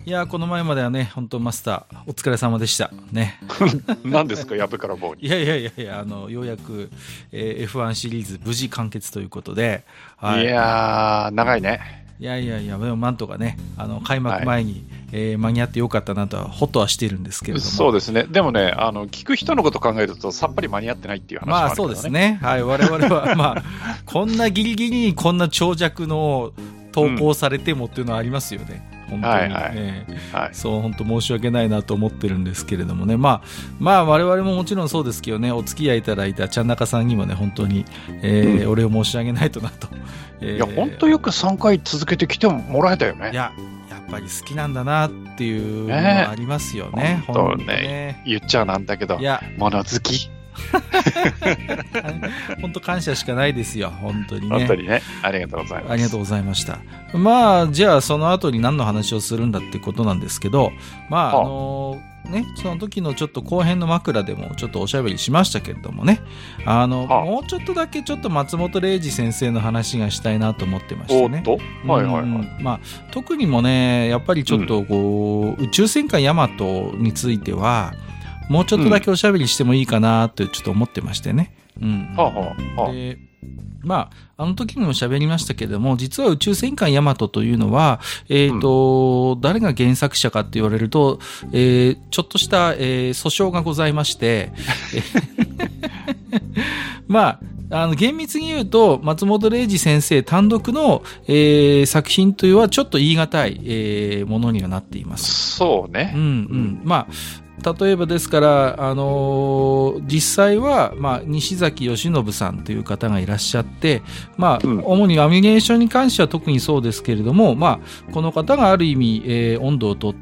いやこの前まではね本当マスターお疲れ様でしたね。 何ですかやぶから棒に。 いやようやく、F1 シリーズ無事完結ということで、 はい、いやー長いね。 いやでもなんとかね開幕前に、間に合ってよかったなとはほっとはしているんですけれども。 そうですね。でもね聞く人のこと考えるとさっぱり間に合ってないっていう話もあるからね。 まあそうですね。はい、我々はまあこんなギリギリにこんな長尺の投稿されてもっていうのはありますよね。本当にね、そう本当申し訳ないなと思ってるんですけれどもね。まあ我々ももちろんそうですけどね、お付き合いいただいたちゃんなかさんにもね本当に、お礼を申し上げないとなと。 いや本当よく3回続けてきてもらえたよね。 やっぱり好きなんだなっていうのはありますよね。 本当ね言っちゃなんだけど物好き。 本当感謝しかないですよ本当にね。 本当にねありがとうございます。 ありがとうございました。まあじゃあその後に何の話をするんだってことなんですけど、まあね、その時のちょっと後編の枕でもちょっとおしゃべりしましたけれどもね、もうちょっとだけちょっと松本零士先生の話がしたいなと思ってましてね。まあ特にもねやっぱりちょっとこう、宇宙戦艦ヤマトについてはもうちょっとだけおしゃべりしてもいいかなってちょっと思ってましてね。でまあ、あの時にも喋りましたけれども、実は宇宙戦艦ヤマトというのは、誰が原作者かって言われると、ちょっとした、訴訟がございまして、まあ、厳密に言うと、松本零士先生単独の、作品というのはちょっと言い難い、ものにはなっています。 そうね。 まあ、例えばですから、実際は、まあ、西崎義信さんという方がいらっしゃって、まあ、主にアニメーションに関しては特にそうですけれども、まあ、この方がある意味、温度をとって、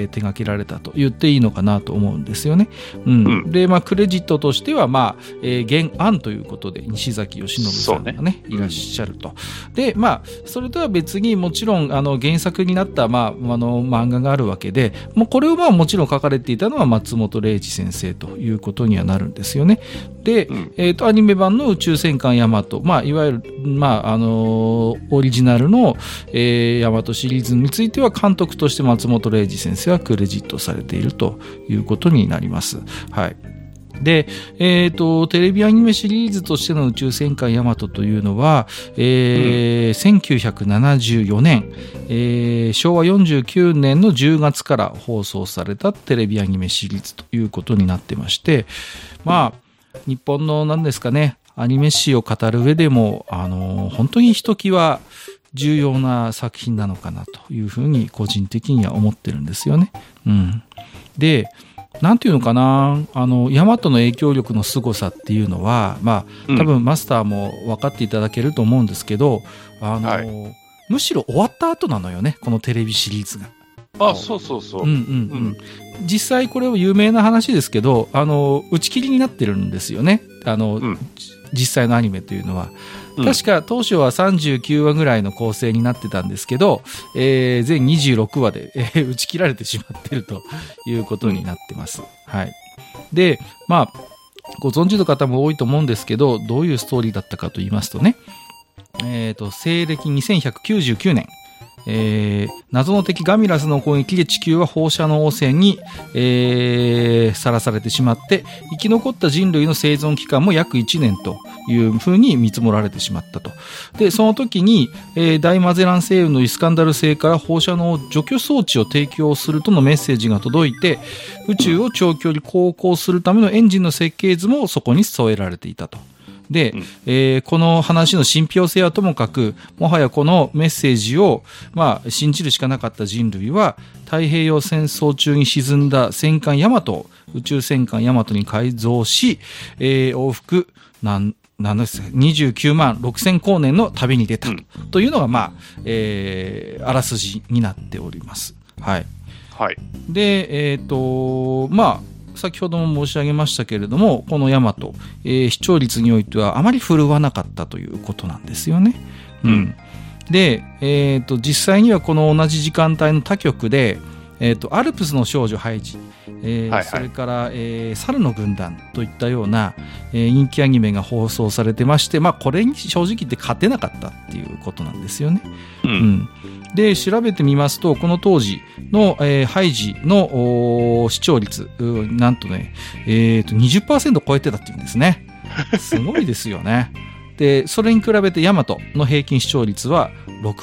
手掛けられたと言っていいのかなと思うんですよね。で、まあ、クレジットとしては、まあ、原案ということで、西崎義信さんがね、いらっしゃると。で、まあ、それとは別にもちろん、原作になった、まあ、漫画があるわけで、もうこれをまあ、もちろん書かれていたのは松本零士先生ということにはなるんですよね。で、アニメ版の宇宙戦艦ヤマト、まあ、いわゆる、まあ、オリジナルの、ヤマトシリーズについては監督として松本零士先生はクレジットされているということになります。はい。で、テレビアニメシリーズとしての宇宙戦艦ヤマトというのは、1974年、昭和49年の10月から放送されたテレビアニメシリーズということになってまして、まあ、日本の何ですかね、アニメ史を語る上でも、本当にひときわ重要な作品なのかなというふうに個人的には思ってるんですよね。で、なんていうのかな、ヤマトの影響力の凄さっていうのは、まあ、多分マスターも分かっていただけると思うんですけど、むしろ終わった後なのよね、このテレビシリーズが。 そう。 実際これは有名な話ですけど、打ち切りになってるんですよね。実際のアニメというのは。確か当初は39話ぐらいの構成になってたんですけど、全26話で、打ち切られてしまっているということになってます。はい。で、まあ、ご存知の方も多いと思うんですけど、どういうストーリーだったかと言いますとね、西暦2199年、謎の敵ガミラスの攻撃で地球は放射能汚染にさらされてしまって生き残った人類の生存期間も約1年というふうに見積もられてしまったと。でその時に、大マゼラン星雲のイスカンダル星から放射能除去装置を提供するとのメッセージが届いて宇宙を長距離航行するためのエンジンの設計図もそこに添えられていたと。で、この話の信憑性はともかく、もはやこのメッセージを、まあ、信じるしかなかった人類は、太平洋戦争中に沈んだ戦艦ヤマト、宇宙戦艦ヤマトに改造し、往復29万6000光年の旅に出たというのが、まあ、あらすじになっております。はい。 はい。 で、まあ、先ほども申し上げましたけれどもこのヤマト、視聴率においてはあまり振るわなかったということなんですよね。で、実際にはこの同じ時間帯の他局で、 アルプスの少女ハイジ、それから、猿の軍団といったような、人気アニメが放送されてまして、これに正直言って勝てなかったっていうことなんですよね。で、調べてみますと、この当時の、ハイジの視聴率、なんとね、20% 超えてたっていうんですね。すごいですよね。で、それに比べてヤマトの平均視聴率は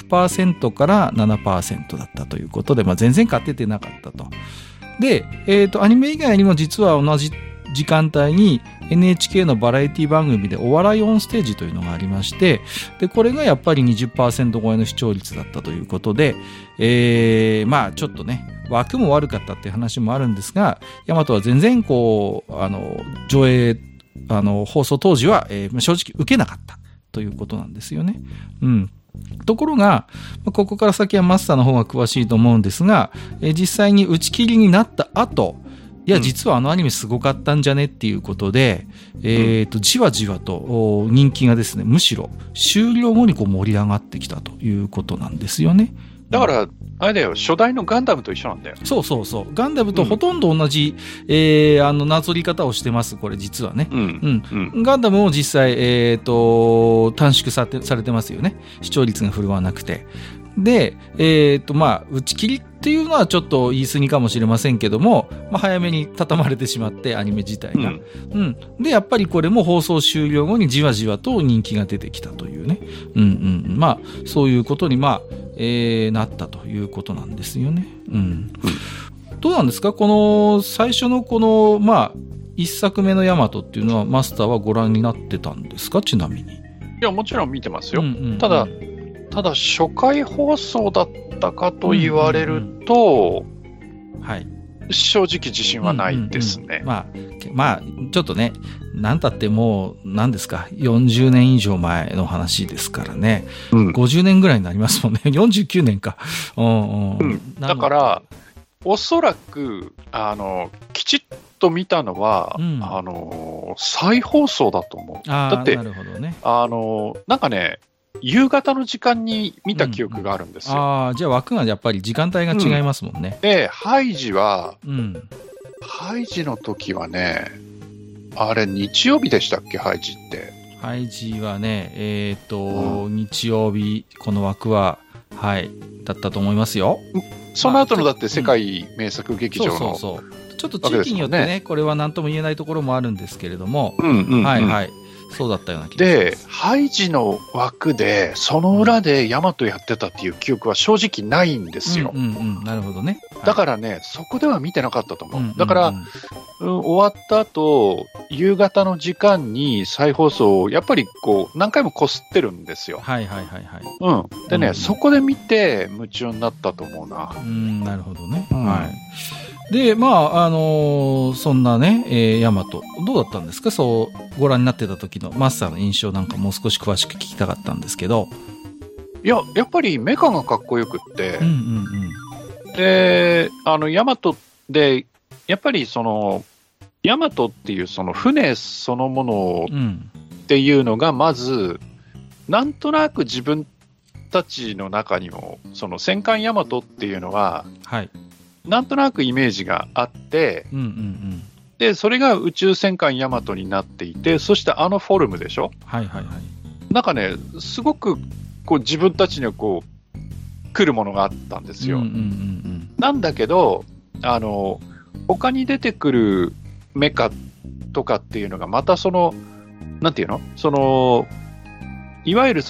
6% から 7% だったということで、全然勝ててなかったと。で、アニメ以外にも実は同じ時間帯に NHK のバラエティ番組でお笑いオンステージというのがありまして、で、これがやっぱり 20% 超えの視聴率だったということで、ちょっとね、枠も悪かったっていう話もあるんですが、ヤマトは全然上映、放送当時は、正直受けなかったということなんですよね。ところが、ここから先はマスターの方が詳しいと思うんですが、実際に打ち切りになった後、いや、実はアニメすごかったんじゃねっていうことで、じわじわと人気がですね、むしろ終了後に盛り上がってきたということなんですよね。 だから、あれだよ、初代のガンダムと一緒なんだよ。 そうそうそう。ガンダムとほとんど同じ、なぞり方をしてます、これ実はね。ガンダムも実際、短縮されてますよね。視聴率が振るわなくて。で、打ち切りっていうのはちょっと言い過ぎかもしれませんけども、早めに畳まれてしまって、アニメ自体が。で、やっぱりこれも放送終了後にじわじわと人気が出てきたというね。そういうことに、なったということなんですよね。どうなんですか？この、最初の一作目のヤマトっていうのは、マスターはご覧になってたんですか？ちなみに。いや、もちろん見てますよ。ただ、初回放送だったかと言われると、正直自信はないですね。 ちょっとね、なんたってもう、何ですか、40年以上前の話ですからね。50年ぐらいになりますもんね。49年か。 だから、おそらく、きちっと見たのは、再放送だと思う。だって、 なるほどね。 なんかね、夕方の時間に見た記憶があるんですよ。 じゃあ枠がやっぱり時間帯が違いますもんね。 で、ハイジは、ハイジの時はね、あれ日曜日でしたっけ、ハイジって。 ハイジはね、日曜日、この枠は、だったと思いますよ。 その後のだって世界名作劇場の。 ちょっと地域によってね、これは何とも言えないところもあるんですけれども、そうだったような気がします。 で、ハイジの枠で、その裏でヤマトやってたっていう記憶は正直ないんですよ。 なるほどね。 だからね、そこでは見てなかったと思う。だから、終わった後、夕方の時間に再放送をやっぱり何回もこすってるんですよ。でね、そこで見て夢中になったと思うな。 なるほどね。で、そんなね、ヤマト、どうだったんですか？そうご覧になってた時のマスターの印象なんかもう少し詳しく聞きたかったんですけど。 いや、やっぱりメカがかっこよくって、で、ヤマトで、やっぱりヤマトっていうその船そのものっていうのがまず、なんとなく自分たちの中にも、その戦艦ヤマトっていうのは、なんとなくイメージがあって、で、それが宇宙戦艦ヤマトになっていて、そしてフォルムでしょ？なんかね、すごく自分たちには来るものがあったんですよ。なんだけど、他に出てくるメカとかっていうのがまたなんていうの？いわゆる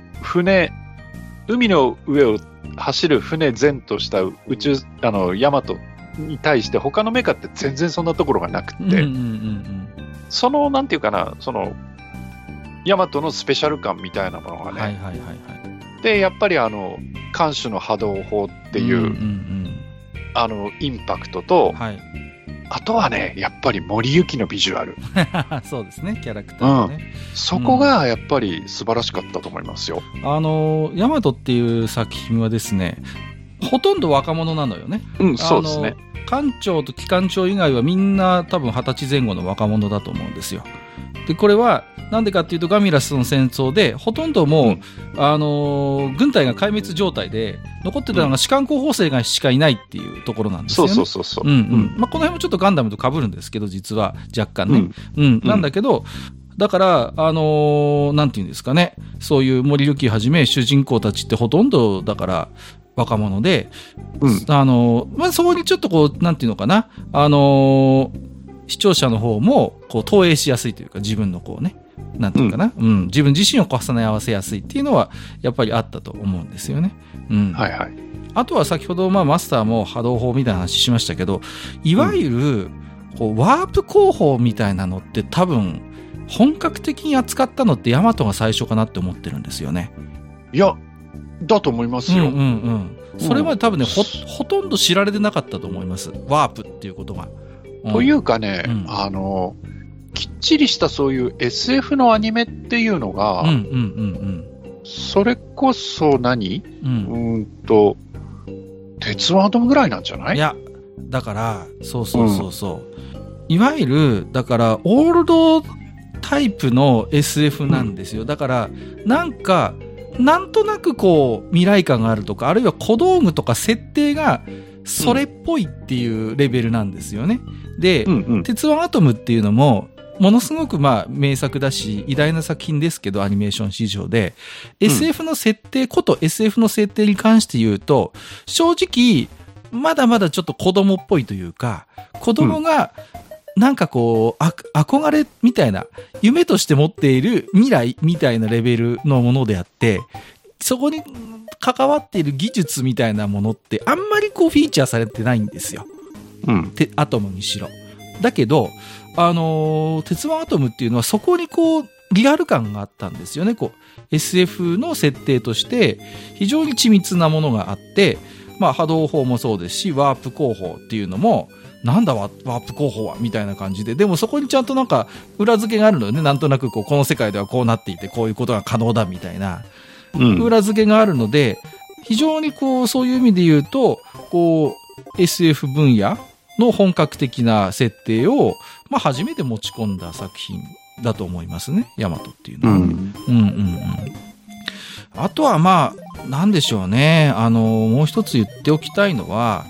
海の上を走る船前とした宇宙、ヤマトに対して他のメカって全然そんなところがなくって、なんていうかな、ヤマトのスペシャル感みたいなものがね、で、やっぱり艦首の波動砲っていう、インパクトと、あとはね、やっぱり森行のビジュアル。 そうですね、キャラクターね。 そこがやっぱり素晴らしかったと思いますよ。 ヤマトっていう作品はですね、 ほとんど若者なのよね。 そうですね。 艦長と機関長以外はみんな多分20歳前後の若者だと思うんですよ。で、これはなんでかっていうと、ガミラスの戦争でほとんどもう、軍隊が壊滅状態で残ってたのが士官候補生がしかいないっていうところなんですよね。 そう。 この辺もちょっとガンダムと被るんですけど、実は若干ね。なんだけど、だから、なんていうんですかね、そういう森ルキはじめ主人公たちってほとんどだから若者で、そこにちょっとこう、なんていうのかな、視聴者の方もこう投影しやすいというか、自分のこうね、なんていうかな、自分自身を重ね合わせやすいっていうのはやっぱりあったと思うんですよね。あとは先ほどマスターも波動砲みたいな話しましたけど、いわゆるこうワープ工法みたいなのって多分本格的に扱ったのってヤマトが最初かなって思ってるんですよね。 いや、だと思いますよ。 それまで多分ね、ほとんど知られてなかったと思います。ワープっていうことが。 というかね、きっちりしたそういう SF のアニメっていうのが、それこそ鉄腕アトムぐらいなんじゃない？ いや、だから、そう。いわゆる、だから、オールドタイプの SF なんですよ。だから、なんとなくこう、未来感があるとか、あるいは小道具とか設定が、それっぽいっていうレベルなんですよね。で、鉄腕アトムっていうのも、ものすごく名作だし、偉大な作品ですけど、アニメーション史上で、SF の設定、SF の設定に関して言うと、正直、まだまだちょっと子供っぽいというか、子供が、なんかこう、憧れみたいな、夢として持っている未来みたいなレベルのものであって、そこに関わっている技術みたいなものって、あんまりこうフィーチャーされてないんですよ。アトムにしろ。だけど、鉄腕アトムっていうのはそこにこう、リアル感があったんですよね。こう、SF の設定として、非常に緻密なものがあって、波動砲もそうですし、ワープ工法っていうのも、なんだワープ工法はみたいな感じで、でもそこにちゃんとなんか裏付けがあるのよね。なんとなくこの世界ではこうなっていて、こういうことが可能だみたいな、裏付けがあるので、非常にこう、そういう意味で言うと、こう、SF 分野の本格的な設定を、初めて持ち込んだ作品だと思いますね。ヤマトっていうのは。あとはなんでしょうね。もう一つ言っておきたいのは、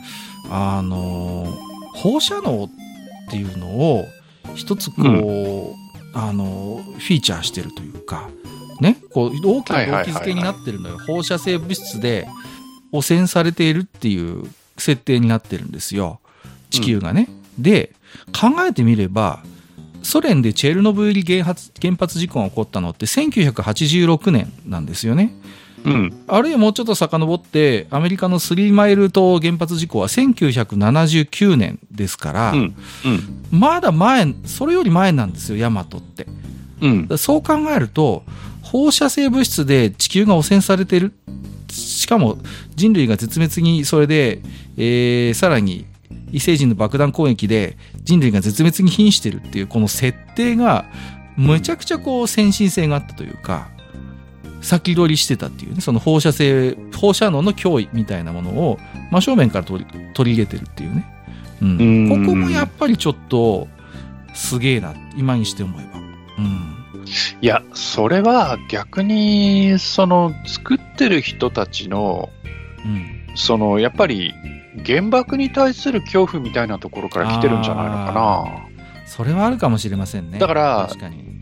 放射能っていうのを一つこう、フィーチャーしてるというか、ね、こう大きな動機づけになってるのよ。放射性物質で汚染されているっていう設定になってるんですよ。地球がね。で、考えてみれば、ソ連でチェルノブイリ原発事故が起こったのって1986年なんですよね。あるいはもうちょっと遡って、アメリカのスリーマイル島原発事故は1979年ですから、まだ前、それより前なんですよ、ヤマトって。そう考えると、放射性物質で地球が汚染されている。しかも人類が絶滅に、それで、さらに異星人の爆弾攻撃で人類が絶滅に瀕しているっていうこの設定が、むちゃくちゃこう先進性があったというか、先取りしてたっていうね、その放射能の脅威みたいなものを真正面から取り入れてるっていうね。ここもやっぱりちょっとすげえな、今にして思えば。 いや、それは逆に作ってる人たちの、やっぱり原爆に対する恐怖みたいなところから来てるんじゃないのかな。 それはあるかもしれませんね。 だから確かに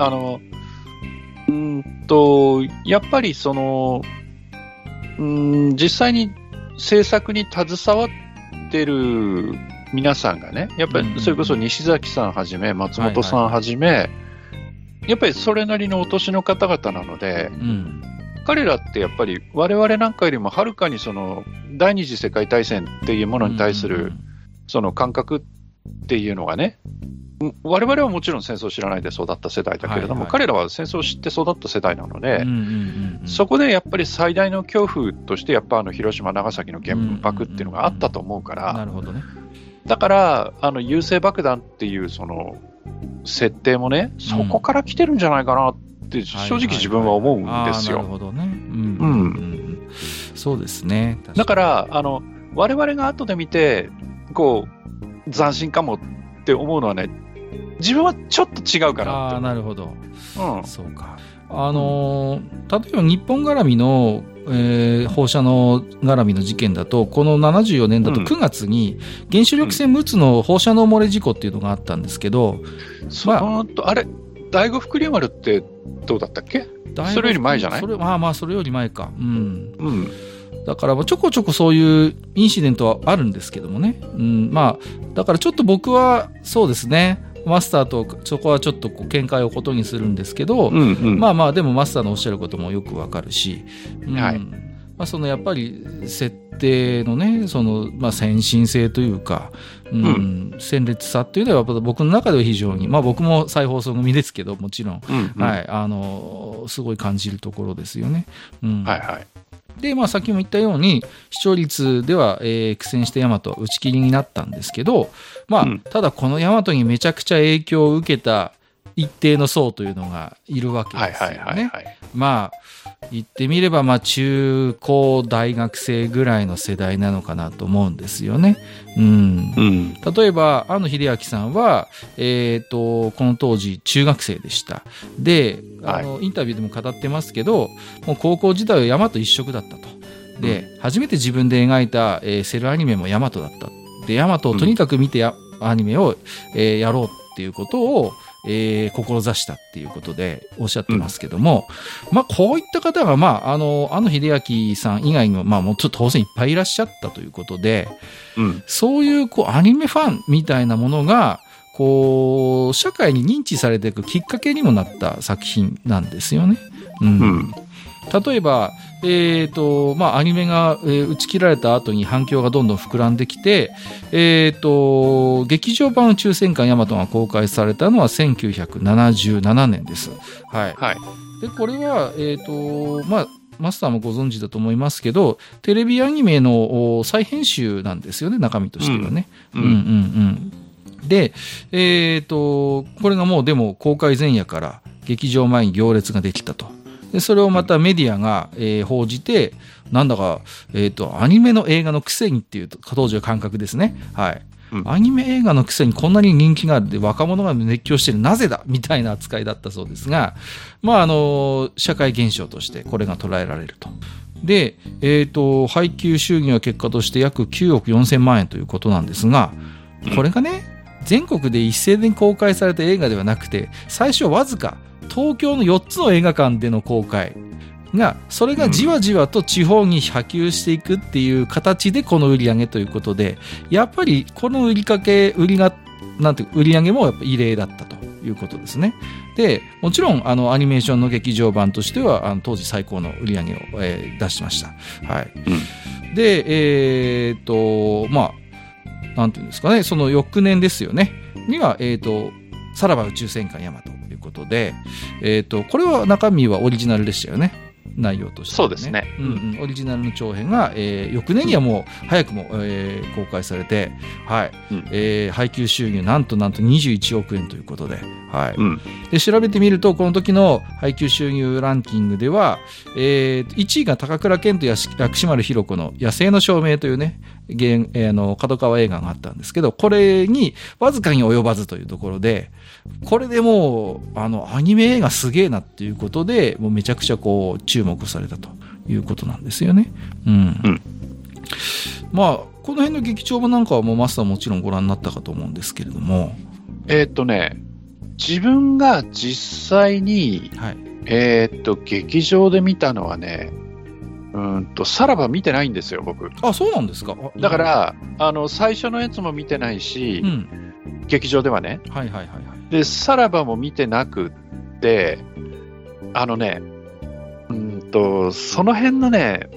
やっぱり実際に制作に携わってる皆さんがね、やっぱりそれこそ西崎さんはじめ松本さんはじめ、やっぱりそれなりのお年の方々なので、彼らってやっぱり我々なんかよりもはるかに第二次世界大戦っていうものに対するその感覚っていうのがね、我々はもちろん戦争を知らないで育った世代だけれども、彼らは戦争を知って育った世代なので、そこでやっぱり最大の恐怖としてやっぱ広島長崎の原爆っていうのがあったと思うから、だから優勢爆弾っていうその設定もね、そこから来てるんじゃないかなって正直自分は思うんですよ。 なるほどね。そうですね。 だから我々が後で見て、こう、斬新かもって思うのはね、自分はちょっと違うかなって。 ああ、なるほど。 うん。 そうか。例えば日本絡みの、放射能絡みの事件だと、この74年だと9月に原子力船陸奥の放射能漏れ事故っていうのがあったんですけど、 あれ、第五福竜丸ってどうだったっけ？それより前じゃない？ それより前か。うん。うん。だからちょこちょこそういうインシデントはあるんですけどもね。うん。だからちょっと僕はそうですね。マスターとそこはちょっと見解をことにするんですけど、でもマスターのおっしゃることもよくわかるし、はい。そのやっぱり設定のね、その先進性というか、鮮烈さっていうのは僕の中では非常に、僕も再放送組ですけど、もちろん、はい、すごい感じるところですよね。はいはい。で、さっきも言ったように、視聴率では、苦戦してヤマトは打ち切りになったんですけど、ただこのヤマトにめちゃくちゃ影響を受けた一定の層というのがいるわけですよね。言ってみれば、中高大学生ぐらいの世代なのかなと思うんですよね。例えば、庵野秀明さんは、この当時中学生でした。で、インタビューでも語ってますけど、もう高校時代はヤマト一色だったと。で、初めて自分で描いた、セルアニメもヤマトだった。で、ヤマトをとにかく見てアニメを、やろうっていうことを、志したっていうことでおっしゃってますけども、こういった方が、庵野秀明さん以外にも、もうちょっと当然いっぱいいらっしゃったということで、そういう、アニメファンみたいなものが、社会に認知されていくきっかけにもなった作品なんですよね。例えば、アニメが、打ち切られた後に反響がどんどん膨らんできて、劇場版宇宙戦艦ヤマトが公開されたのは1977年です。はい。はい、で、これは、マスターもご存知だと思いますけど、テレビアニメの再編集なんですよね、中身としてはね。で、これがもうでも公開前夜から劇場前に行列ができたと。でそれをまたメディアが、報じて、なんだか、アニメの映画のくせにっていう当時の感覚ですね。はい。アニメ映画のくせにこんなに人気があるで若者が熱狂してるなぜだみたいな扱いだったそうですが、社会現象としてこれが捉えられると。で、配給収入は結果として約9億4000万円ということなんですが、これがね、全国で一斉に公開された映画ではなくて、最初わずか東京の4つの映画館での公開が、それがじわじわと地方に波及していくっていう形でこの売り上げということで、やっぱりこの売り上げもやっぱ異例だったということですね。で、もちろんアニメーションの劇場版としては当時最高の売り上げを、出しました。はい。で、なんていうんですかね、その翌年ですよね。には、さらば宇宙戦艦ヤマト。ことで、これは中身はオリジナルでしたよね、内容として、ね。そうですね。オリジナルの長編が、翌年にはもう早くも、公開されて、はい。配給収入なんと21億円ということで、はい。で、調べてみると、この時の配給収入ランキングでは、1位が高倉健と薬師丸ひろ子の野生の証明というね、角川映画があったんですけど、これにわずかに及ばずというところで、これでもうアニメ映画すげえなっていうことで、もうめちゃくちゃ注目されたということなんですよね。この辺の劇場版なんかはもうマスターもちろんご覧になったかと思うんですけれども、 自分が実際に、はい、劇場で見たのはね、さらば見てないんですよ、僕。 あ、そうなんですか。 だから、最初のやつも見てないし、劇場ではね。 はいはいはいはい。 で、さらばも見てなくって、その辺のね、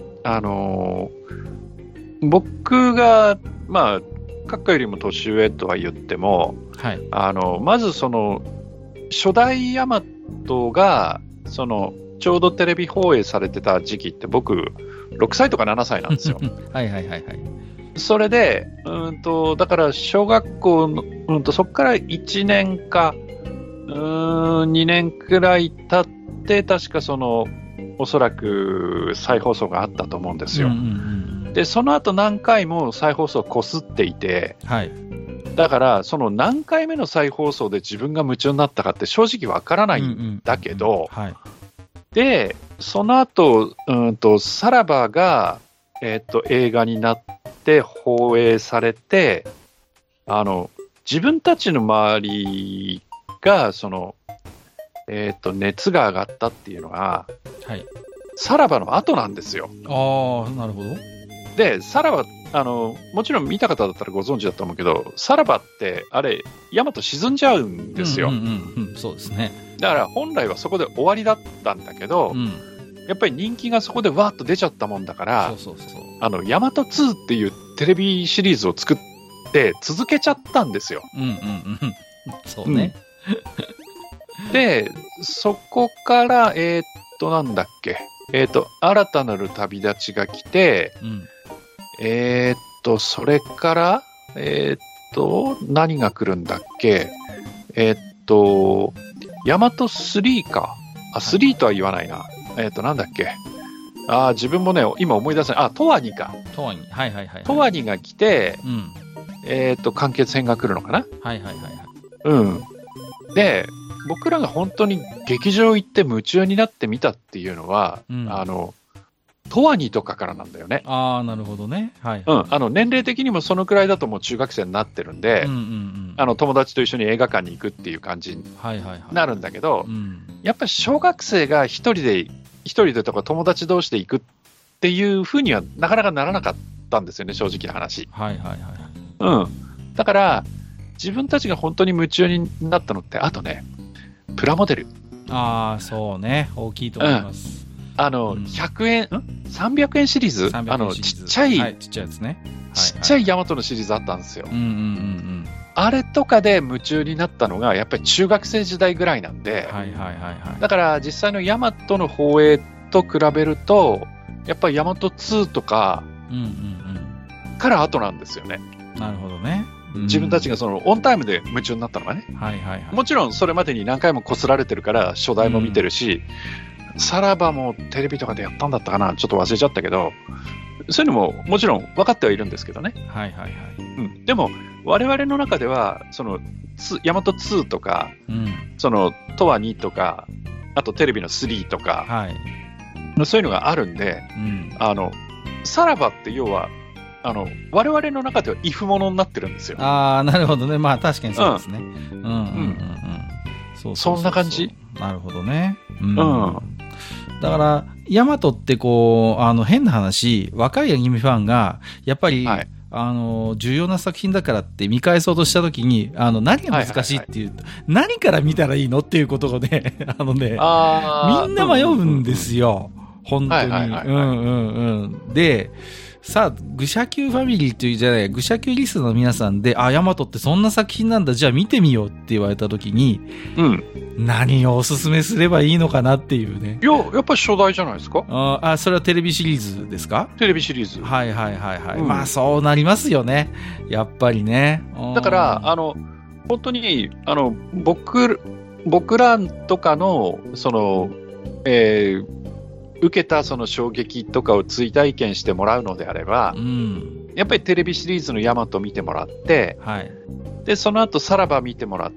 僕が、閣下よりも年上とは言っても、はい、まずその、初代ヤマトが、ちょうどテレビ放映されてた時期って僕、6歳とか7歳なんですよ。 はいはいはいはい。 それで、だから小学校の、そこから1年か、2年くらい経って、確かおそらく再放送があったと思うんですよ。 で、その後何回も再放送をこすっていて、 はい。 だから、その何回目の再放送で自分が夢中になったかって正直わからないんだけど、 はい。 で、その後、さらばが、映画になって放映されて、自分たちの周りが、熱が上がったっていうのが、 はい。 さらばの後なんですよ。 ああ、なるほど。 で、さらば、もちろん見た方だったらご存知だと思うけど、さらばって、あれ、ヤマト沈んじゃうんですよ。 そうですね。 だから本来はそこで終わりだったんだけど、やっぱり人気がそこでわーっと出ちゃったもんだから、ヤマト2っていうテレビシリーズを作って続けちゃったんですよ。 そうね。 で、そこから、なんだっけ、新たなる旅立ちが来て、それから、何が来るんだっけ、ヤマト3か。3とは言わないな。なんだっけ。自分もね、今思い出せない。トワニか。 トワニ。はいはいはい。 トワニが来て、完結編が来るのかな。で、僕らが本当に劇場行って夢中になって見たっていうのは、トワニとかからなんだよね。 なるほどね。 年齢的にもそのくらいだともう中学生になってるんで、友達と一緒に映画館に行くっていう感じになるんだけど、やっぱり小学生が一人でとか友達同士で行くっていうふうにはなかなかならなかったんですよね、正直な話。だから、自分たちが本当に夢中になったのって、あとね、プラモデル。 そうね。大きいと思います。 100円、300円シリーズ、ちっちゃいやつね。ちっちゃいヤマトのシリーズあったんですよ。あれとかで夢中になったのが、やっぱり中学生時代ぐらいなんで、だから実際のヤマトの放映と比べると、やっぱりヤマト2とかから後なんですよね。 なるほどね。 自分たちがそのオンタイムで夢中になったのがね。もちろんそれまでに何回もこすられてるから初代も見てるし、さらばもテレビとかでやったんだったかな、ちょっと忘れちゃったけど、そういうのももちろん分かってはいるんですけどね。でも我々の中ではそのヤマト2とか、そのトワ2とか、あとテレビの3とか、そういうのがあるんで、さらばって要は我々の中ではイフものになってるんですよ。 なるほどね。まあ確かにそうですね。 そんな感じ。 なるほどね。だから、ヤマトって変な話、若いアニメファンが、やっぱり、重要な作品だからって見返そうとしたときに、何が難しいっていう、何から見たらいいのっていうことがね、みんな迷うんですよ。本当に。で、さあ、愚者級ファミリーというじゃない、愚者級リスナーの皆さんで、ヤマトってそんな作品なんだ、じゃあ見てみようって言われたときに、何をおすすめすればいいのかなっていうね。 やっぱり初代じゃないですか。 それはテレビシリーズですか？ テレビシリーズ。 まあ、そうなりますよね。やっぱりね。 だから、本当に、僕らとかの、受けたその衝撃とかを追体験してもらうのであれば、やっぱりテレビシリーズのヤマト見てもらって、で、その後さらば見てもらって、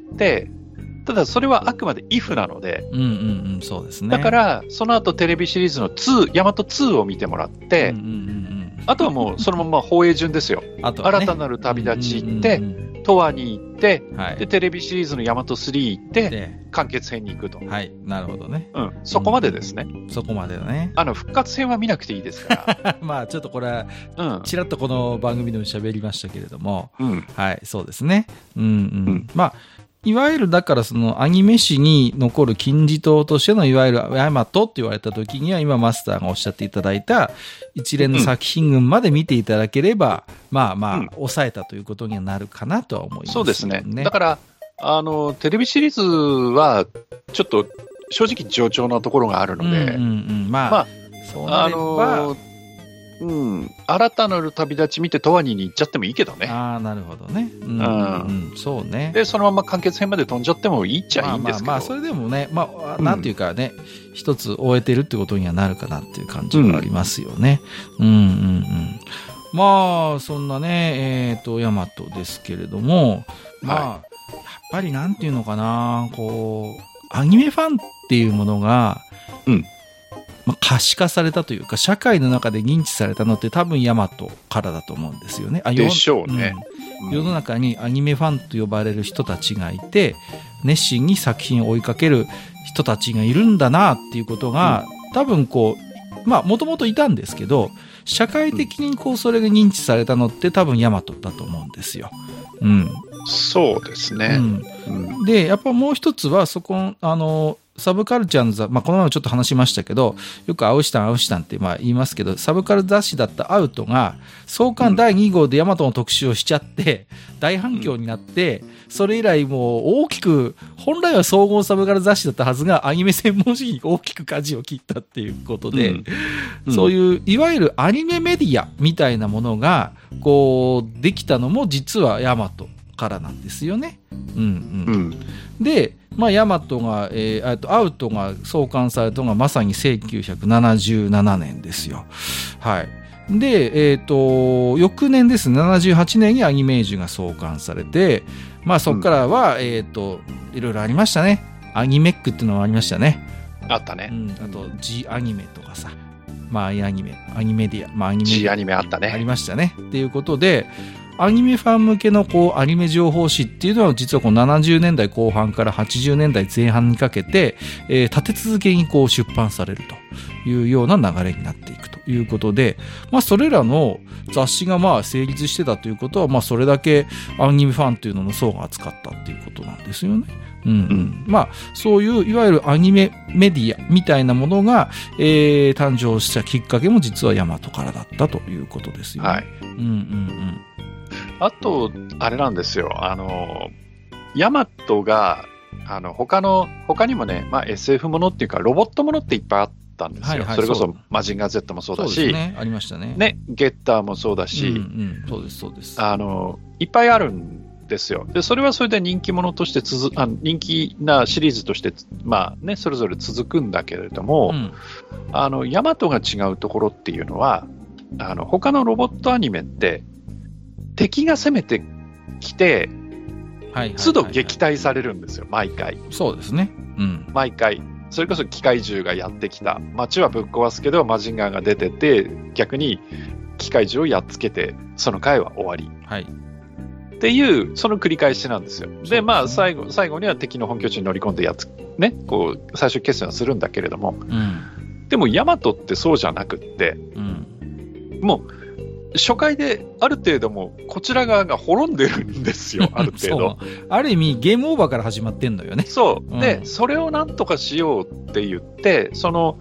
ただそれはあくまで if なので、 そうですね。 だから、その後テレビシリーズのヤマト2を見てもらって、あとはもうそのまま放映順ですよ。新たなる旅立ち行って、トワに行って、で、テレビシリーズのヤマト3行って、完結編に行くと。 なるほどね。 そこまでですね。 そこまでだね。 復活編は見なくていいですから。 まあ、ちょっとこれは、ちらっとこの番組でも喋りましたけれども、そうですね。まあ、いわゆるだからそのアニメ史に残る金字塔としてのいわゆるヤマトって言われた時には今マスターがおっしゃっていただいた一連の作品群まで見ていただければ、まあまあ抑えたということにはなるかなとは思いますね。 そうですね。だからテレビシリーズはちょっと正直冗長なところがあるので、 まあそうなれば新たなる旅立ち見てトワニーに行っちゃってもいいけどね。 ああ、なるほどね。そうね。 で、そのまま完結編まで飛んじゃってもいいっちゃいいんですけど。 それでもね、なんていうかね、一つ終えてるってことにはなるかなっていう感じがありますよね。まあ、そんなね、ヤマトですけれども、やっぱりなんていうのかな、こう、アニメファンっていうものが、可視化されたというか、社会の中で認知されたのって多分ヤマトからだと思うんですよね。 でしょうね。 世の中にアニメファンと呼ばれる人たちがいて、熱心に作品を追いかける人たちがいるんだなっていうことが、多分こう、もともといたんですけど、社会的にこうそれが認知されたのって多分ヤマトだと思うんですよ。 そうですね。 で、やっぱもう一つは、そこ、サブカルチャーのこの前もちょっと話しましたけど、よくアウシタンって言いますけど、サブカル雑誌だったアウトが、創刊第2号でヤマトの特集をしちゃって、大反響になって、それ以来もう大きく、本来は総合サブカル雑誌だったはずが、アニメ専門誌に大きく舵を切ったっていうことで、そういう、いわゆるアニメメディアみたいなものが、こう、できたのも実はヤマトからなんですよね。で、ヤマトが、アウトが創刊されたのがまさに1977年ですよ。はい。で、翌年ですね、78年にアニメージュが創刊されて、そこからは、いろいろありましたね。アニメックっていうのもありましたね。 あったね。 あと、G アニメとかさ。アニメディア。 G アニメあったね。 ありましたね。っていうことで、アニメファン向けのこうアニメ情報誌っていうのは実はこの70年代後半から80年代前半にかけて、立て続けにこう出版されるというような流れになっていくということで、それらの雑誌が成立してたということは、それだけアニメファンというのの層が厚かったっていうことなんですよね。そういういわゆるアニメメディアみたいなものが、誕生したきっかけも実はヤマトからだったということですよね。 あと、あれなんですよ。ヤマトが、他にもね、SF ものっていうか、ロボットものっていっぱいあったんですよ。それこそ、マジンガー Z もそうだし、 そうですね、ありましたね。 ゲッターもそうだし、 そうです、そうです。 いっぱいあるんですよ。で、それはそれで人気者として人気なシリーズとして、それぞれ続くんだけれども、ヤマトが違うところっていうのは、他のロボットアニメって、敵が攻めてきて、都度撃退されるんですよ、毎回。 そうですね。 毎回。それこそ機械銃がやってきた。街はぶっ壊すけど、マジンガーが出てて、逆に機械銃をやっつけて、その回は終わり。っていう、その繰り返しなんですよ。で、最後には敵の本拠地に乗り込んでこう、最終決戦はするんだけれども、でも、ヤマトってそうじゃなくって、もう、初回である程度もこちら側が滅んでるんですよ、ある程度。 ある意味ゲームオーバーから始まってんのよね。 そう。で、それをなんとかしようって言って、その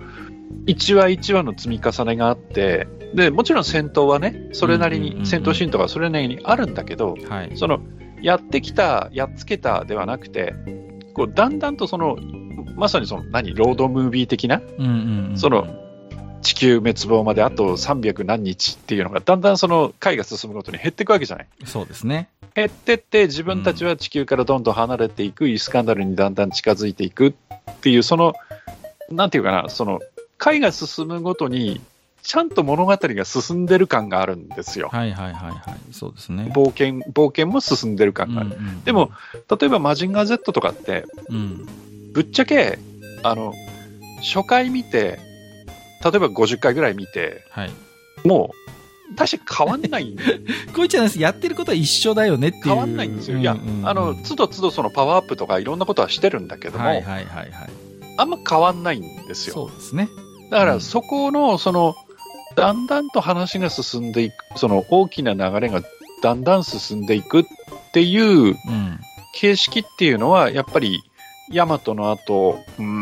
1話1話の積み重ねがあって、で、もちろん戦闘はね、それなりに、戦闘シーンとかそれなりにあるんだけど、その、やってきた、やっつけたではなくて、こう、だんだんとまさにロードムービー的な、地球滅亡まであと300何日っていうのがだんだんその回が進むごとに減っていくわけじゃない。 そうですね。 減ってって自分たちは地球からどんどん離れていく、イスカンダルにだんだん近づいていくっていうなんていうかな、回が進むごとにちゃんと物語が進んでる感があるんですよ。 そうですね。 冒険も進んでる感がある。でも例えばマジンガー Z とかって、ぶっちゃけ初回見て例えば50回ぐらい見て、もう、確か変わんないんで。 こういっちゃなんです。やってることは一緒だよねっていう。 変わんないんですよ。いや、つどつどそのパワーアップとかいろんなことはしてるんだけども、あんま変わんないんですよ。 そうですね。 だからそこの、だんだんと話が進んでいく、大きな流れがだんだん進んでいくっていう形式っていうのは、やっぱり、ヤマトの後、5、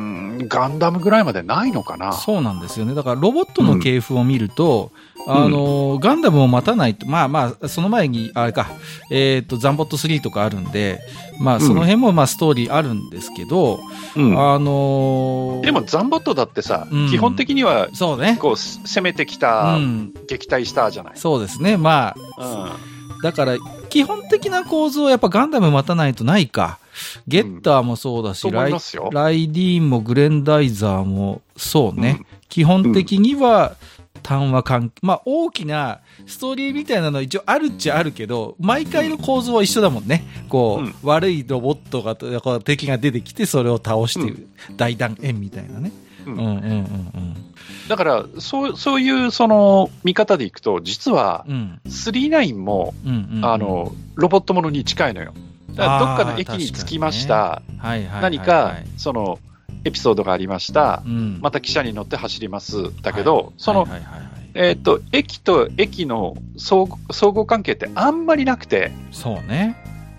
ガンダムぐらいまでないのかな。 そうなんですよね。だからロボットの系譜を見ると、ガンダムを待たないと、まあ、その前に、あれか、ザンボット3とかあるんで、まあ、その辺もまあストーリーあるんですけど、 でもザンボットだってさ、基本的には、 そうね。 こう、攻めてきた、撃退したじゃない。 そうですね。まあ、だから、基本的な構造はやっぱガンダム待たないとないか。ゲッターもそうだし、ライディーンもグレンダイザーもそうね。基本的には単話関係、まあ大きなストーリーみたいなのは一応あるっちゃあるけど、毎回の構造は一緒だもんね。こう、悪いロボットが、こう敵が出てきてそれを倒して大団円みたいなね。だからそういうその見方でいくと、実は39も、ロボットものに近いのよ。だからどっかの駅に着きました、何かそのエピソードがありました、また汽車に乗って走りますだけど、その駅と駅の相互関係ってあんまりなくて、 そうね、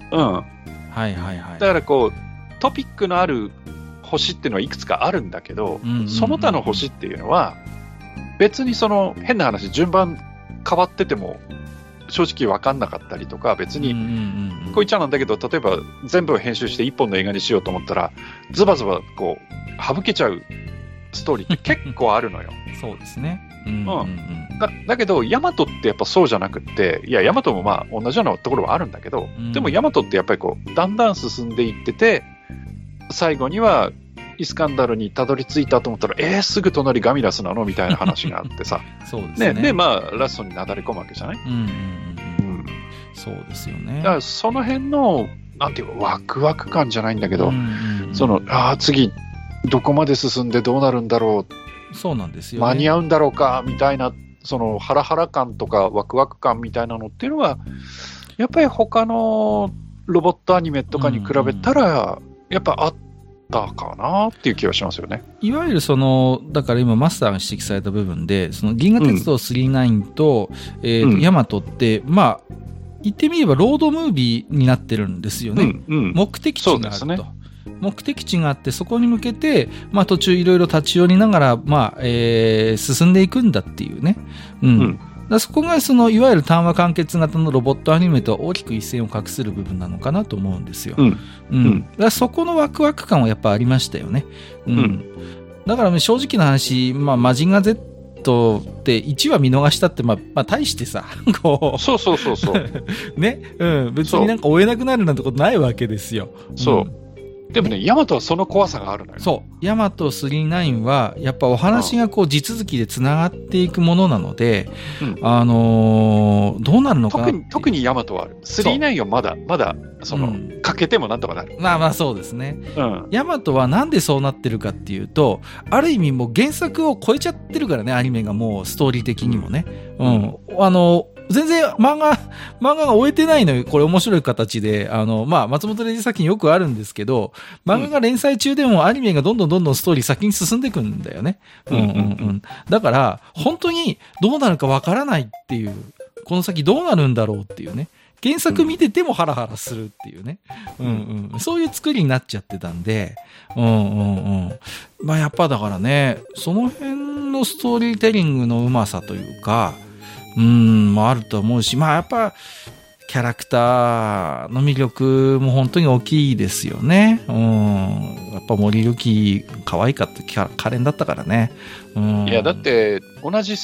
だからこうトピックのある星っていうのはいくつかあるんだけど、その他の星っていうのは別にその変な話順番変わってても正直分かんなかったりとか、別にこう言っちゃなんだけど、例えば全部を編集して一本の映画にしようと思ったらズバズバこう省けちゃうストーリーって結構あるのよ。 そうですね。 だけどヤマトってやっぱそうじゃなくって、いやヤマトもまあ同じようなところはあるんだけど、でもヤマトってやっぱりこうだんだん進んでいってて、最後にはイスカンダルにたどり着いたと思ったら、すぐ隣ガミラスなのみたいな話があってさそうですね。 でまあラストになだれ込むわけじゃない。 そうですよね。 だからその辺のなんていうかワクワク感じゃないんだけど、その次どこまで進んでどうなるんだろう、 そうなんですよね、 間に合うんだろうかみたいな、そのハラハラ感とかワクワク感みたいなのっていうのはやっぱり他のロボットアニメとかに比べたらやっぱあったかなっていう気がしますよね。 いわゆるそのだから今マスターが指摘された部分で、その銀河鉄道999と、ヤマトってまあ言ってみればロードムービーになってるんですよね。目的地があると。目的地があって、そこに向けて、まあ途中いろいろ立ち寄りながら、まあ、進んでいくんだっていうね。だそこがそのいわゆる単話完結型のロボットアニメとは大きく一線を画する部分なのかなと思うんですよ。だからそこのワクワク感はやっぱありましたよね。だから正直な話、まあマジンガー Zって1話見逃したって、まあ大してさ、こう。そうね、別になんか追えなくなるなんてことないわけですよ。でもね、ヤマトはその怖さがあるのよ。そう。ヤマト39は、やっぱお話がこう、地続きで繋がっていくものなので、どうなるのかな。特にヤマトはある。39はまだ、かけてもなんとかなる。まあそうですね。ヤマトはなんでそうなってるかっていうと、ある意味もう原作を超えちゃってるからね、アニメがもうストーリー的にもね。全然漫画が終えてないのよ。これ面白い形で。まあ、松本零士作品よくあるんですけど、漫画が連載中でもアニメがどんどんストーリー先に進んでいくんだよね。だから、本当にどうなるかわからないっていう、この先どうなるんだろうっていうね。原作見ててもハラハラするっていうね。そういう作りになっちゃってたんで、まあ、やっぱだからね、その辺のストーリーテリングのうまさというか、もあると思うし、まあやっぱキャラクターの魅力も本当に大きいですよね。やっぱ森ルキ可愛かった可憐だったからね。いやだって同じ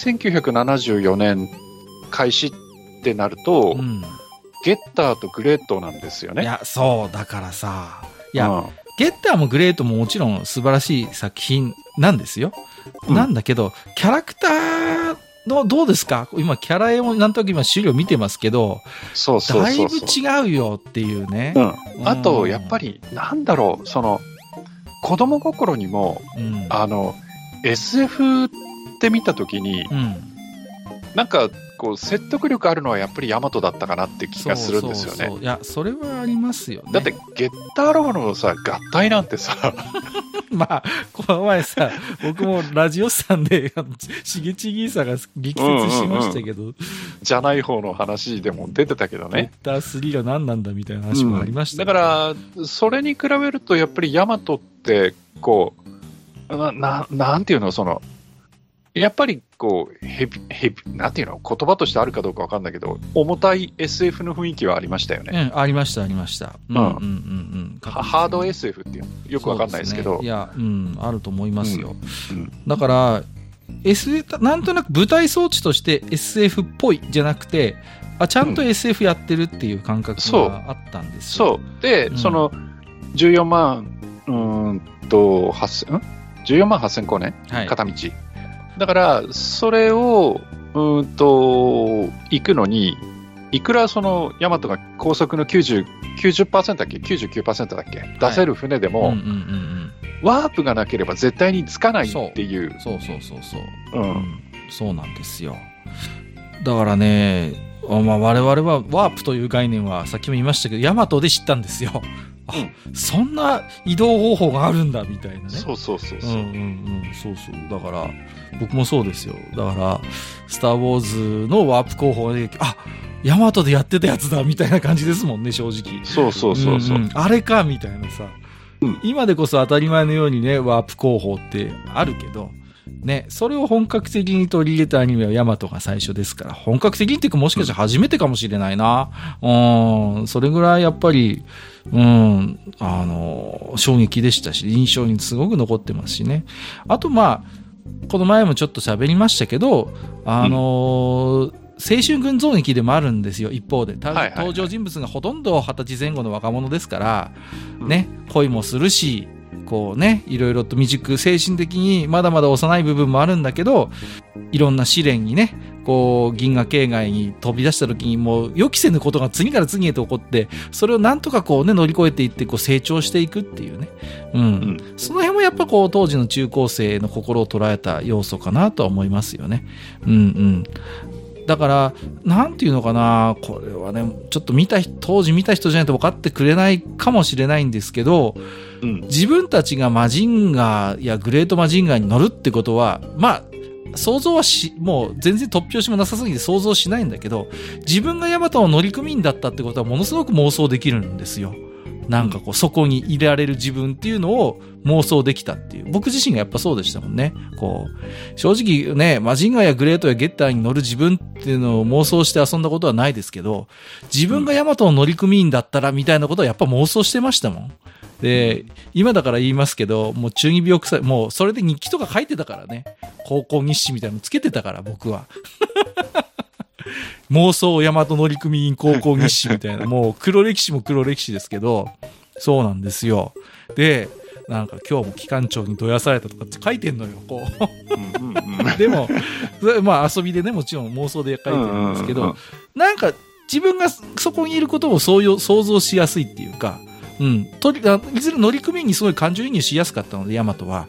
1974年開始ってなると、ゲッターとグレートなんですよね。いやそうだからさ、いや、ゲッターもグレートももちろん素晴らしい作品なんですよ。なんだけどキャラクターどうですか？今、キャラ絵もなんとなく今資料見てますけど、だいぶ違うよっていうね。あと、やっぱり、なんだろう、その、子供心にも、SF って見たときに、なんか、こう、説得力あるのはやっぱりヤマトだったかなって気がするんですよね。いや、それはありますよね。だって、ゲッターロボのさ、合体なんてさ、まあ、この前さ、僕もラジオさんで、しげちぎーさんが力説しましたけど、じゃない方の話でも出てたけどね。ゲッター3が何なんだみたいな話もありました、だから、それに比べると、やっぱりヤマトって、こう、 なんていうの、やっぱりこう、なんていうの、言葉としてあるかどうかわかんないけど、重たい SF の雰囲気はありましたよね。 ありました、ありました。 ハード SF っていうのよくわかんないですけど。 いや、あると思いますよ。だから、なんとなく舞台装置として SF っぽいじゃなくて、ちゃんと SF やってるっていう感覚があったんですよ。 そう。で、14万、14万8000光年、片道。だから、それを、行くのに、いくらヤマトが高速の90% だっけ ?99% だっけ出せる船でも、ワープがなければ絶対につかないっていう。 そう。そうなんですよ。だからね、我々はワープという概念はさっきも言いましたけど、ヤマトで知ったんですよ。そんな移動方法があるんだみたいなね。そう。だから僕もそうですよ。だからスター・ウォーズのワープ工法でヤマトでやってたやつだみたいな感じですもんね、正直。そう。あれかみたいなさ。今でこそ当たり前のようにね、ワープ工法ってあるけど。ね、それを本格的に取り入れたアニメはヤマトが最初ですから、本格的にっていうかもしかしたら初めてかもしれないな。それぐらいやっぱり、衝撃でしたし、印象にすごく残ってますしね。あとこの前もちょっと喋りましたけど、青春群像劇でもあるんですよ、一方で。登場人物がほとんど20歳前後の若者ですから、ね、恋もするし、こうね、いろいろと未熟、精神的にまだまだ幼い部分もあるんだけど、いろんな試練にね、こう、銀河系外に飛び出した時にもう予期せぬことが次から次へと起こって、それをなんとかこうね、乗り越えていって、こう成長していくっていうね。その辺もやっぱこう、当時の中高生の心を捉えた要素かなとは思いますよね。だから、なんていうのかな、これはね、ちょっと当時見た人じゃないと分かってくれないかもしれないんですけど、自分たちがマジンガーやグレートマジンガーに乗るってことは、想像はもう全然突拍子もなさすぎて想像しないんだけど、自分がヤマトの乗組員だったってことはものすごく妄想できるんですよ。なんかこう、そこにいられる自分っていうのを妄想できたっていう。僕自身がやっぱそうでしたもんね。こう、正直ね、マジンガーやグレートやゲッターに乗る自分っていうのを妄想して遊んだことはないですけど、自分がヤマトの乗組員だったらみたいなことはやっぱ妄想してましたもん。で、今だから言いますけど、もう中二病臭い、もうそれで日記とか書いてたからね。高校日誌みたいなのつけてたから、僕は。妄想大和乗組員高校日誌みたいな、もう黒歴史も黒歴史ですけど、そうなんですよ。で、なんか今日も機関長にどやされたとかって書いてんのよ、こう。でも、遊びでね、もちろん妄想で書いてるんですけど、なんか自分がそこにいることを想像しやすいっていうか、いずれ乗組員にすごい感情移入しやすかったので、ヤマトは。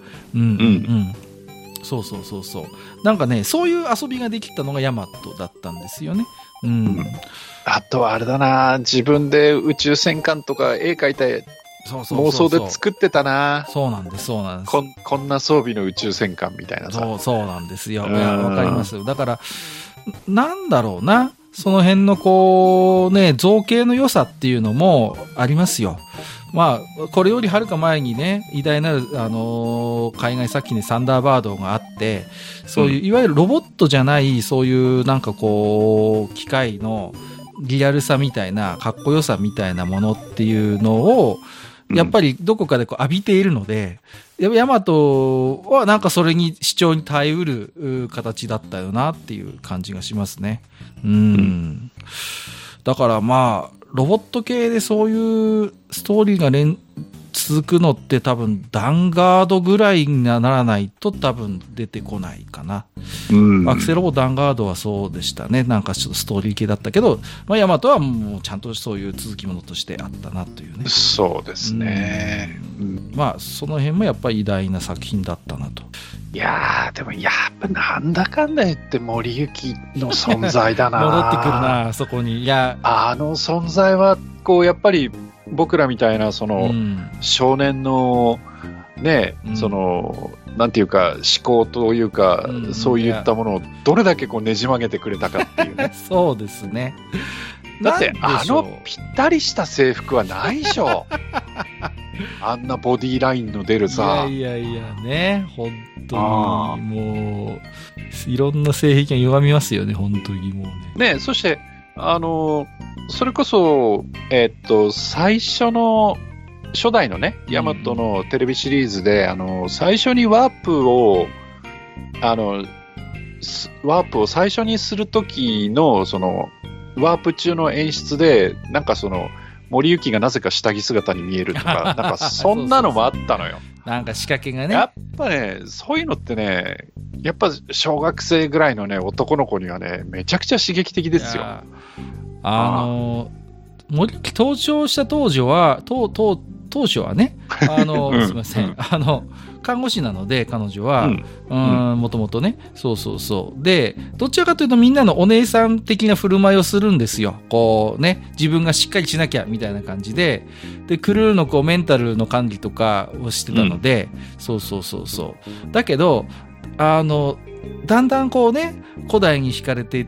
そう。なんかね、そういう遊びができたのがヤマトだったんですよね。 あとはあれだな、自分で宇宙戦艦とか絵描いて、妄想で作ってたな。そうなんです。こんな装備の宇宙戦艦みたいなさ。 そうなんですよ。わかります。だから、なんだろうな。その辺のこうね、造形の良さっていうのもありますよ。これよりはるか前にね、偉大なる、海外作品でサンダーバードがあって、そういう、いわゆるロボットじゃない、そういうなんかこう、機械のリアルさみたいな、かっこよさみたいなものっていうのを、やっぱりどこかでこう浴びているので、ヤマトはなんかそれに主張に耐えうる形だったよなっていう感じがしますね。だからロボット系でそういうストーリーが続くのって多分ダンガードぐらいにならないと多分出てこないかな。アクセロボダンガードはそうでしたね。なんかちょっとストーリー系だったけど、ヤマトはもうちゃんとそういう続きものとしてあったなというね。 そうですね。 その辺もやっぱり偉大な作品だったなと。 いやー、でもやっぱなんだかんだ言って森行の存在だな。 戻ってくるな、そこに。 あの存在は、こう、やっぱり僕らみたいな、少年の、ね、なんていうか、思考というか、そういったものをどれだけこうねじ曲げてくれたかっていうね。 そうですね。 だって、ぴったりした制服はないでしょ。 あんなボディラインの出るさ。 いやね、本当にもういろんな性癖が歪みますよね、本当にもうね。そしてそれこそ最初の初代のね、ヤマトのテレビシリーズで、最初にワープを最初にするときの、その、ワープ中の演出で、なんかその、森行がなぜか下着姿に見えるとか、なんかそんなのもあったのよ。 なんか仕掛けがね。 やっぱね、そういうのってね、やっぱ小学生ぐらいのね、男の子にはね、めちゃくちゃ刺激的ですよ。 森行登場した当初はね、すいません、看護師なので、彼女は、もともとね、そう。で、どちらかというとみんなのお姉さん的な振る舞いをするんですよ。こうね、自分がしっかりしなきゃ、みたいな感じで、で、クルーのこうメンタルの管理とかをしてたので、そう。だけど、だんだんこうね、古代に惹かれていって、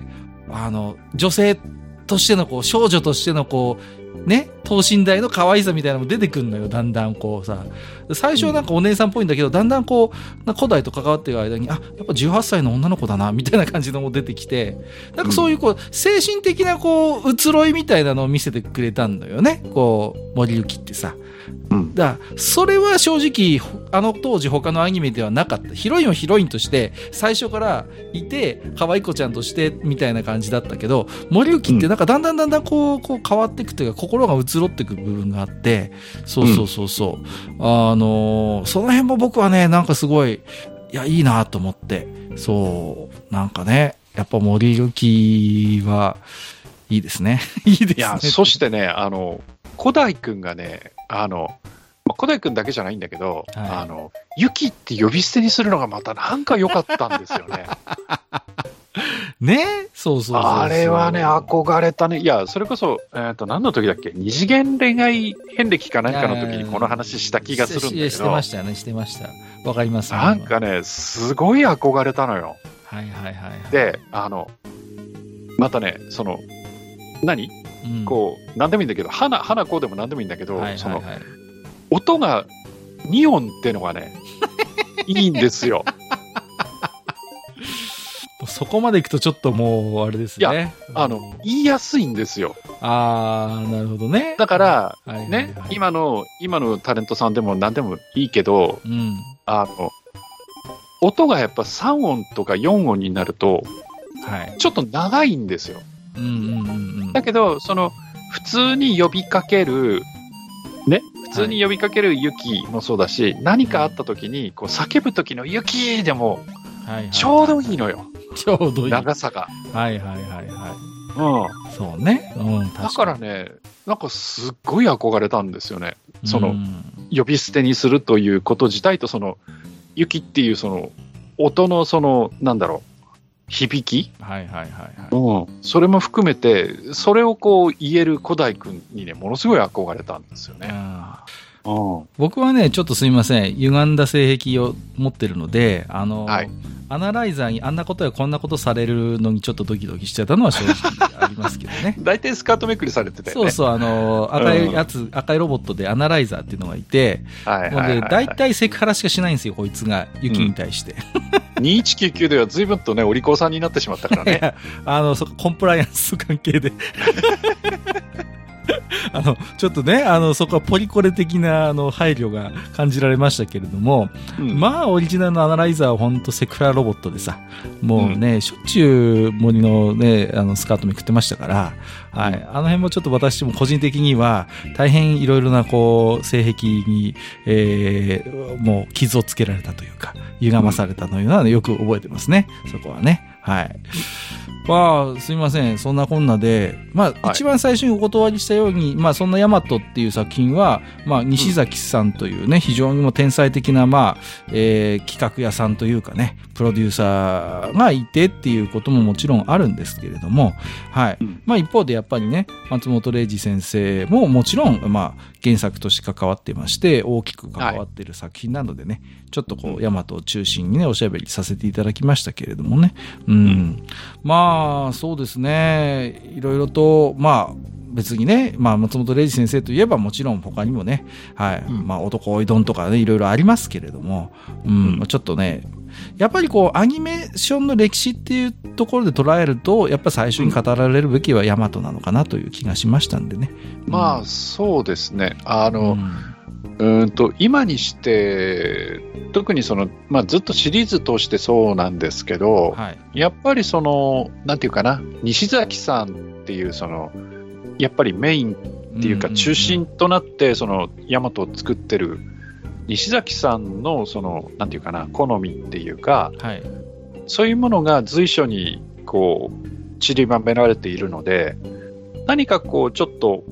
女性としてのこう、少女としてのこう、ね、等身大の可愛さみたいなのも出てくるのよ、だんだんこうさ。最初はなんかお姉さんっぽいんだけど、だんだんこう、古代と関わっている間に、やっぱ18歳の女の子だな、みたいな感じのも出てきて、なんかそういうこう、精神的なこう、移ろいみたいなのを見せてくれたんだよね、こう、森行ってさ。だからそれは正直当時他のアニメではなかった。ヒロインはヒロインとして最初からいて可愛い子ちゃんとしてみたいな感じだったけど、森行ってなんかだんだんこう変わっていくというか、心が移ろっていく部分があって、そう。その辺も僕はね、なんかすごいいいなと思って、そうなんかね、やっぱ森行はいいですね。いいですね。 いや、そしてね、古代くんがね、古代くんだけじゃないんだけど、ユキって呼び捨てにするのがまたなんか良かったんですよね。 ね、そうあれはね、憧れたね。いや、それこそ、何の時だっけ、二次元恋愛遍歴かなんかの時にこの話した気がするんだけど。 してましたね、してました。わかります。 なんかね、すごい憧れたのよ。 はい。 で、またね、その、こう、なんでもいいんだけど、花子でもなんでもいいんだけど、その、音が2音ってのがね、いいんですよ。 そこまでいくとちょっともう、あれですね。 いや、言いやすいんですよ。 なるほどね。 だから、ね、今のタレントさんでも何でもいいけど、音がやっぱ3音とか4音になると、ちょっと長いんですよ。だけど、その、普通に呼びかけるユキもそうだし、何かあった時に、こう叫ぶ時のユキでも、ちょうどいいのよ。 ちょうどいい。 長さが。 そうね。 だからね、なんかすっごい憧れたんですよね。その、呼び捨てにするということ自体と、その、ユキっていうその、音のその、なんだろう。響き、それも含めて、それをこう言える古代くんにね、ものすごい憧れたんですよね。 僕はね、ちょっとすみません、歪んだ性癖を持ってるので、アナライザーにあんなことやこんなことされるのにちょっとドキドキしちゃったのは正直ありますけどね。 大体スカートめくりされてたよね。 そう、赤いロボットでアナライザーっていうのがいて、大体セクハラしかしないんですよ、こいつが、ユキに対して。 2199では随分とね、お利口さんになってしまったからね。 コンプライアンス関係で。ちょっとね、そこはポリコレ的な、配慮が感じられましたけれども、まあ、オリジナルのアナライザーは本当セクハラロボットでさ、もうね、しょっちゅう森のね、スカートめくってましたから、あの辺もちょっと私も個人的には、大変いろいろな、こう、性癖に、もう傷をつけられたというか、歪まされたのようなのよく覚えてますね、そこはね。すみません。そんなこんなで、一番最初にお断りしたように、そんなヤマトっていう作品は、西崎さんというね、非常にも天才的な、企画屋さんというかね、プロデューサーがいてっていうことももちろんあるんですけれども、一方でやっぱりね、松本零士先生ももちろん、原作として関わってまして、大きく関わっている作品なのでね、ちょっとこう、ヤマトを中心にね、おしゃべりさせていただきましたけれどもね。そうですね。いろいろと、 別にね、松本零士先生といえばもちろん他にもね、はい、男おいどんとかね、いろいろありますけれども、ちょっとね、やっぱりこうアニメーションの歴史っていうところで捉えると、やっぱ最初に語られるべきはヤマトなのかなという気がしましたんでね。 そうですね。今にして特にずっとシリーズ通してそうなんですけど、はい、やっぱりなんていうかな、西崎さんっていうやっぱりメインっていうか中心となってヤマトを作ってる西崎さんのなんていうかな、好みっていうか、はい、そういうものが随所にこう散りばめられているので、何かこうちょっと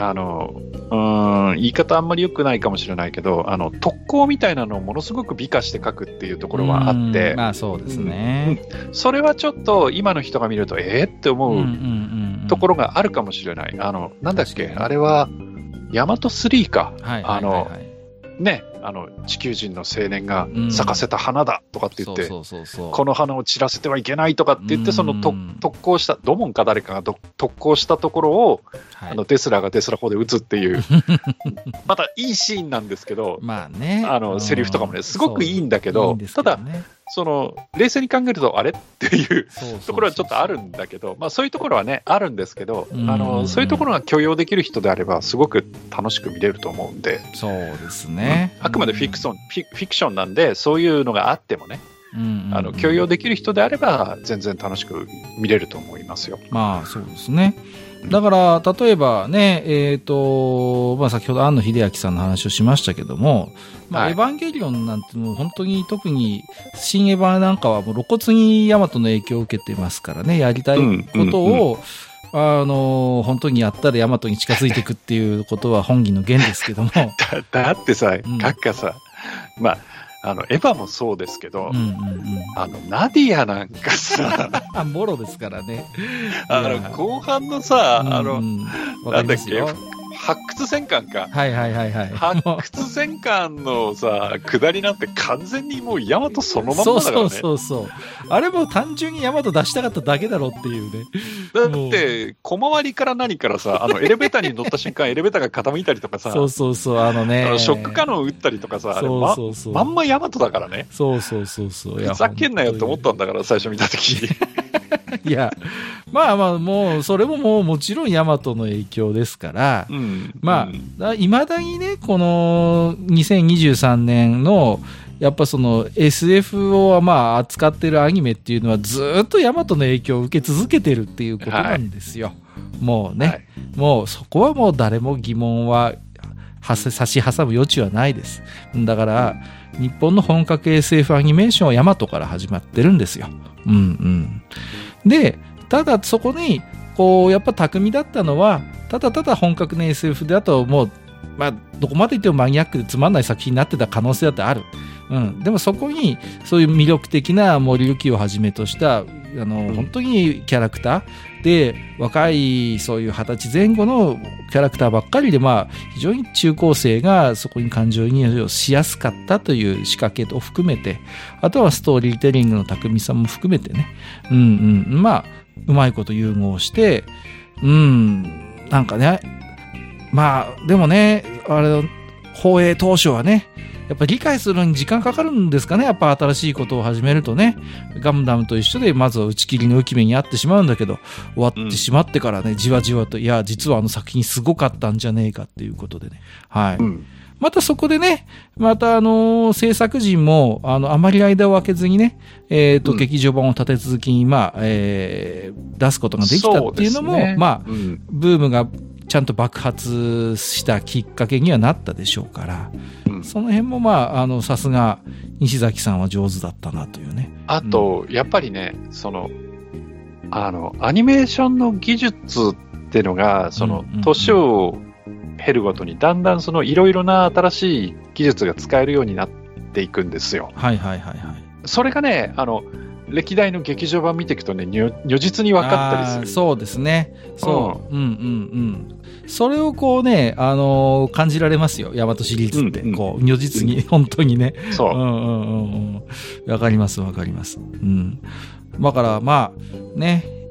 言い方あんまり良くないかもしれないけど、特攻みたいなのをものすごく美化して書くっていうところはあって、 そうですね、 それはちょっと今の人が見るとって思うところがあるかもしれない。なんだっけ、あれはヤマト3か、ね、地球人の青年が咲かせた花だとかって言って、この花を散らせてはいけないとかって言って、特攻したドモンか誰かが特攻したところを、デスラがデスラ砲で撃つっていうまたいいシーンなんですけど、セリフとかもねすごくいいんだけど、ただ冷静に考えるとあれっていうところはちょっとあるんだけど、そういうところはねあるんですけど、そういうところが許容できる人であればすごく楽しく見れると思うんで。 そうですね、 あくまでフィクションなんで、そういうのがあってもね、許容できる人であれば全然楽しく見れると思いますよ。 そうですね。だから例えばね、先ほど庵野秀明さんの話をしましたけども、エヴァンゲリオンなんてもう本当に特に新エヴァなんかはもう露骨にヤマトの影響を受けてますからね、やりたいことを、本当にやったらヤマトに近づいていくっていうことは本義の源ですけどもだってさ、閣下さ、エヴァもそうですけど、ナディアなんかさボロですからね。 後半のさ、なんだっけ、発掘戦艦か。発掘戦艦のさ、下りなんて完全にもうヤマトそのまんまだからね。 そう。あれも単純にヤマト出したかっただけだろっていうね。 だって、小回りから何からさ、エレベーターに乗った瞬間、エレベーターが傾いたりとかさ、ショックカノン撃ったりとかさ、まんまヤマトだからね。 そう。 ふざけんなよって思ったんだから、最初見たときに。 いや、もう、それももちろんヤマトの影響ですから、未だにね、この2023年の、やっぱSF を扱ってるアニメっていうのはずっとヤマトの影響を受け続けてるっていうことなんですよ。もうね、もうそこはもう誰も疑問は差し挟む余地はないです。だから、日本の本格 SF アニメーションはヤマトから始まってるんですよ。で、ただそこに、やっぱ巧みだったのは、ただ本格の SF であともう、どこまで言ってもマニアックでつまんない作品になってた可能性だってある。でもそこに、そういう魅力的な森幸をはじめとした、本当にキャラクターで、若い、そういう20歳前後のキャラクターばっかりで、非常に中高生がそこに感情移入をしやすかったという仕掛けを含めて、あとはストーリーテリングの巧みさも含めてね、うまいこと融合して、なんかね、でもね、放映当初はね、やっぱり理解するのに時間かかるんですかね。やっぱ新しいことを始めるとね、ガンダムと一緒でまずは打ち切りの浮き目にあってしまうんだけど、終わってしまってからね、じわじわと、いや実は作品すごかったんじゃねえかっていうことでね、またそこでね、制作陣もあまり間を空けずにね、劇場版を立て続きに出すことができたっていうのも、ブームがちゃんと爆発したきっかけにはなったでしょうから、その辺もさすが西崎さんは上手だったなというね。 あと、やっぱりね、アニメーションの技術っていうのが、年を経るごとにだんだんいろいろな新しい技術が使えるようになっていくんですよ。それがね、歴代の劇場版見ていくとね、如実に分かったりする。 そうですね。それを感じられますよ。ヤマトシリーズって。如実に、本当にね。わかります。だからね、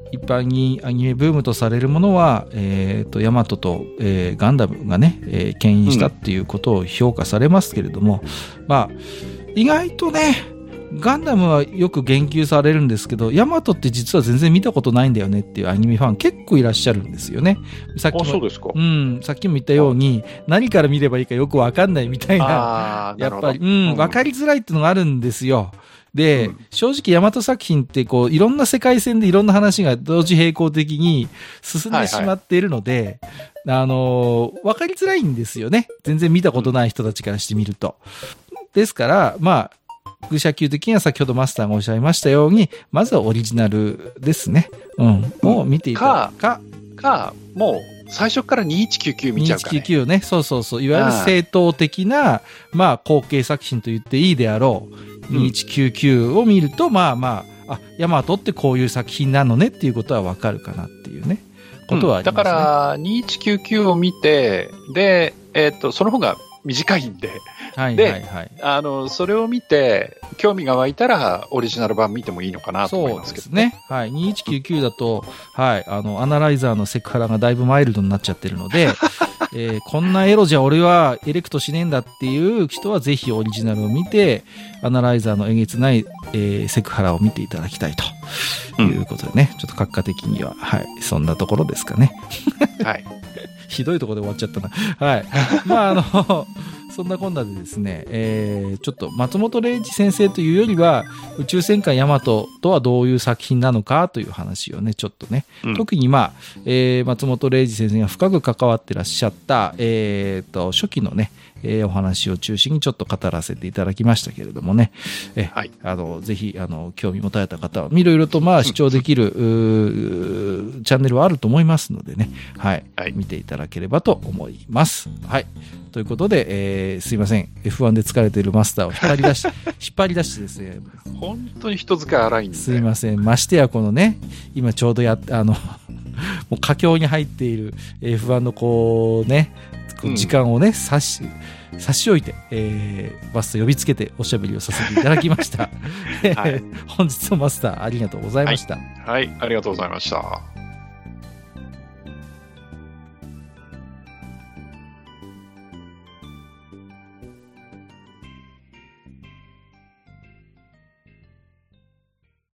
一般にアニメブームとされるものは、ヤマトと、ガンダムがね、牽引したっていうことを評価されますけれども、まあ、意外とね、ガンダムはよく言及されるんですけど、ヤマトって実は全然見たことないんだよねっていうアニメファン結構いらっしゃるんですよね。さっきも、 そうですか。 さっきも言ったように、何から見ればいいかよくわかんないみたいな、やっぱり、わかりづらいっていうのがあるんですよ。で、正直ヤマト作品ってこう、いろんな世界線でいろんな話が同時並行的に進んでしまっているので、わかりづらいんですよね。全然見たことない人たちからしてみると。ですから、まあ、愚者級的には先ほどマスターがおっしゃいましたように、まずはオリジナルですね。を見ていただか、もう最初から2199見ちゃうから、ね。 2199ね。そうそうそう。いわゆる正統的な、まあ、後継作品と言っていいであろう。2199を見ると、まあまあ、ヤマトってこういう作品なのねっていうことはわかるかなっていうね。ことはありますね。 だから、2199を見て、で、その方が短いんで、で、それを見て、興味が湧いたら、オリジナル版見てもいいのかなと思いますけどね。 はい。2199だと、はい。アナライザーのセクハラがだいぶマイルドになっちゃってるので、こんなエロじゃ俺はエレクトしねえんだっていう人はぜひオリジナルを見て、アナライザーのえげつない、セクハラを見ていただきたいということでね、ちょっと閣下的には、はい。そんなところですかね。 はい。 ひどいところで終わっちゃったな。はい。まあ、そんなこんなでですね、ちょっと松本零士先生というよりは、宇宙戦艦ヤマトとはどういう作品なのかという話をね、ちょっとね、特にまあ、松本零士先生が深く関わってらっしゃった、初期のね、お話を中心にちょっと語らせていただきましたけれどもね、 はい、 ぜひ興味持たれた方はいろいろとまあ視聴できる、チャンネルはあると思いますのでね、はい、見ていただければと思います。はい。ということで、すいません。F1 で疲れているマスターを引っ張り出してですね。 本当に人使い荒いんですすいません。ましてやこのね、今ちょうどもう佳境に入っている F1 のこうね、時間をね、差し置いて、マスター呼びつけておしゃべりをさせていただきました。はい、本日もマスターありがとうございました。 はい、ありがとうございました。